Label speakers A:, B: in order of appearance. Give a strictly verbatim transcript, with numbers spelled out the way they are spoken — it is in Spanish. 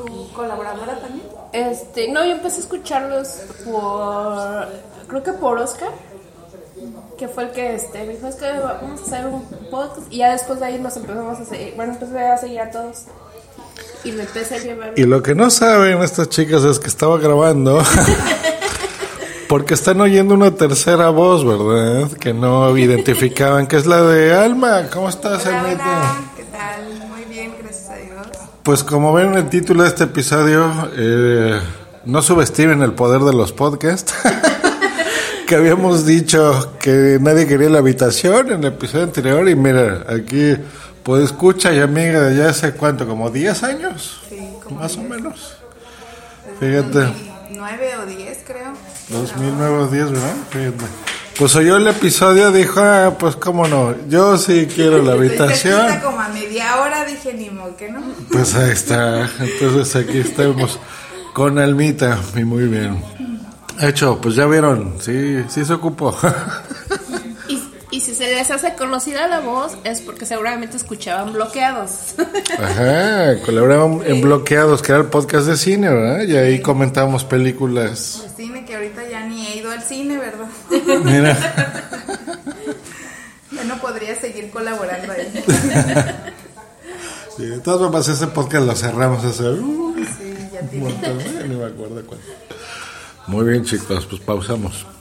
A: tu colaboradora también?
B: Este, no, yo empecé a escucharlos por, creo que por Oscar, que fue el que este, me dijo, es que vamos a hacer un podcast, y ya después de ahí nos empezamos a seguir, bueno, empecé a seguir a todos, y me empecé a llevar.
C: Y lo que no saben estas chicas es que estaba grabando, porque están oyendo una tercera voz, ¿verdad? Que no identificaban, que es la de Alma. ¿Cómo estás,
A: Hola,
C: Almita?
A: hola, ¿qué tal? Muy bien, gracias a Dios.
C: Pues como ven en el título de este episodio, eh, no subestimen el poder de los podcasts. Que habíamos dicho que nadie quería la habitación en el episodio anterior, y mira, aquí pues escucha y amiga de ya hace cuánto, como diez años,
A: Sí, como
C: más
A: diez.
C: o menos.
A: Desde
C: Fíjate.
A: dos mil nueve o diez, creo.
C: dos mil nueve o diez, ¿verdad? Fíjate. Pues oyó el episodio, dijo, ah, pues cómo no, yo sí quiero la habitación.
A: Está como a media hora, dije, ni modo que no.
C: Pues ahí está, entonces aquí estamos con Almita, y muy bien. Hecho, pues ya vieron, sí, sí se ocupó.
B: Y, y si se les hace conocida la voz, es porque seguramente escuchaban Bloqueados.
C: Ajá, colaboraban en Bloqueados, que era el podcast de cine, ¿verdad? Y ahí comentábamos películas.
A: El cine, que ahorita ya ni he ido al cine, ¿verdad?
C: Mira.
A: Ya no podría seguir colaborando ahí.
C: Sí, de todas formas, ese podcast lo cerramos hace... Uh,
A: Sí, ya
C: un
A: tiene.
C: montón, no me acuerdo cuándo. Muy bien, chicos, pues pausamos.